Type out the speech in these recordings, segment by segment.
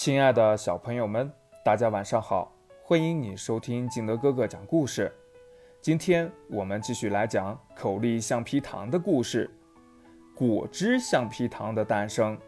亲爱的小朋友们，大家晚上好，欢迎你收听金德哥哥讲故事。今天我们继续来讲口粒橡皮糖的故事，果汁橡皮糖的诞生。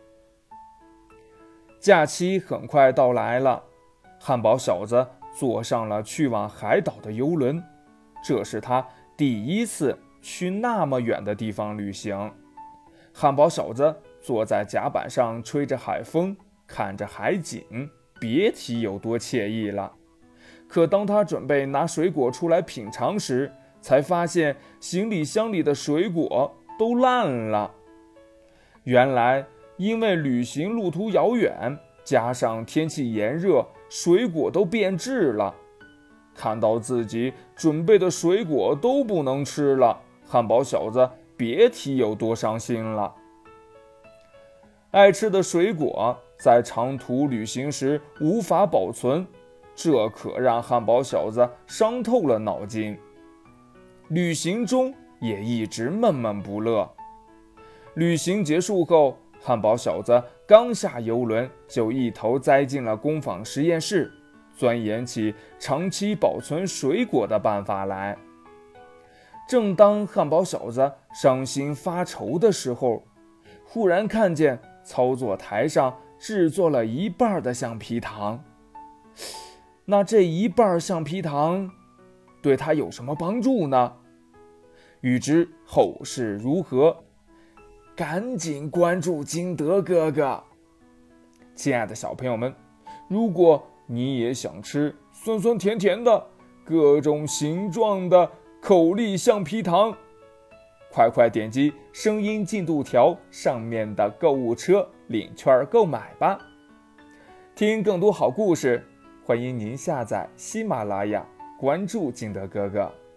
假期很快到来了，汉堡小子坐上了去往海岛的邮轮，这是他第一次去那么远的地方旅行。汉堡小子坐在甲板上，吹着海风，看着海景，别提有多惬意了。可当他准备拿水果出来品尝时，才发现行李箱里的水果都烂了。原来因为旅行路途遥远，加上天气炎热，水果都变质了。看到自己准备的水果都不能吃了，汉堡小子别提有多伤心了。爱吃的水果在长途旅行时无法保存，这可让汉堡小子伤透了脑筋。旅行中也一直闷闷不乐。旅行结束后，汉堡小子刚下邮轮，就一头栽进了工坊实验室，钻研起长期保存水果的办法来。正当汉堡小子伤心发愁的时候，忽然看见操作台上制作了一半的橡皮糖。那这一半橡皮糖对他有什么帮助呢？欲知后事如何，赶紧关注金德哥哥。亲爱的小朋友们，如果你也想吃酸酸甜甜的各种形状的口粒橡皮糖，快点击声音进度条上面的购物车领券购买吧。听更多好故事，欢迎您下载喜马拉雅，关注金德哥哥。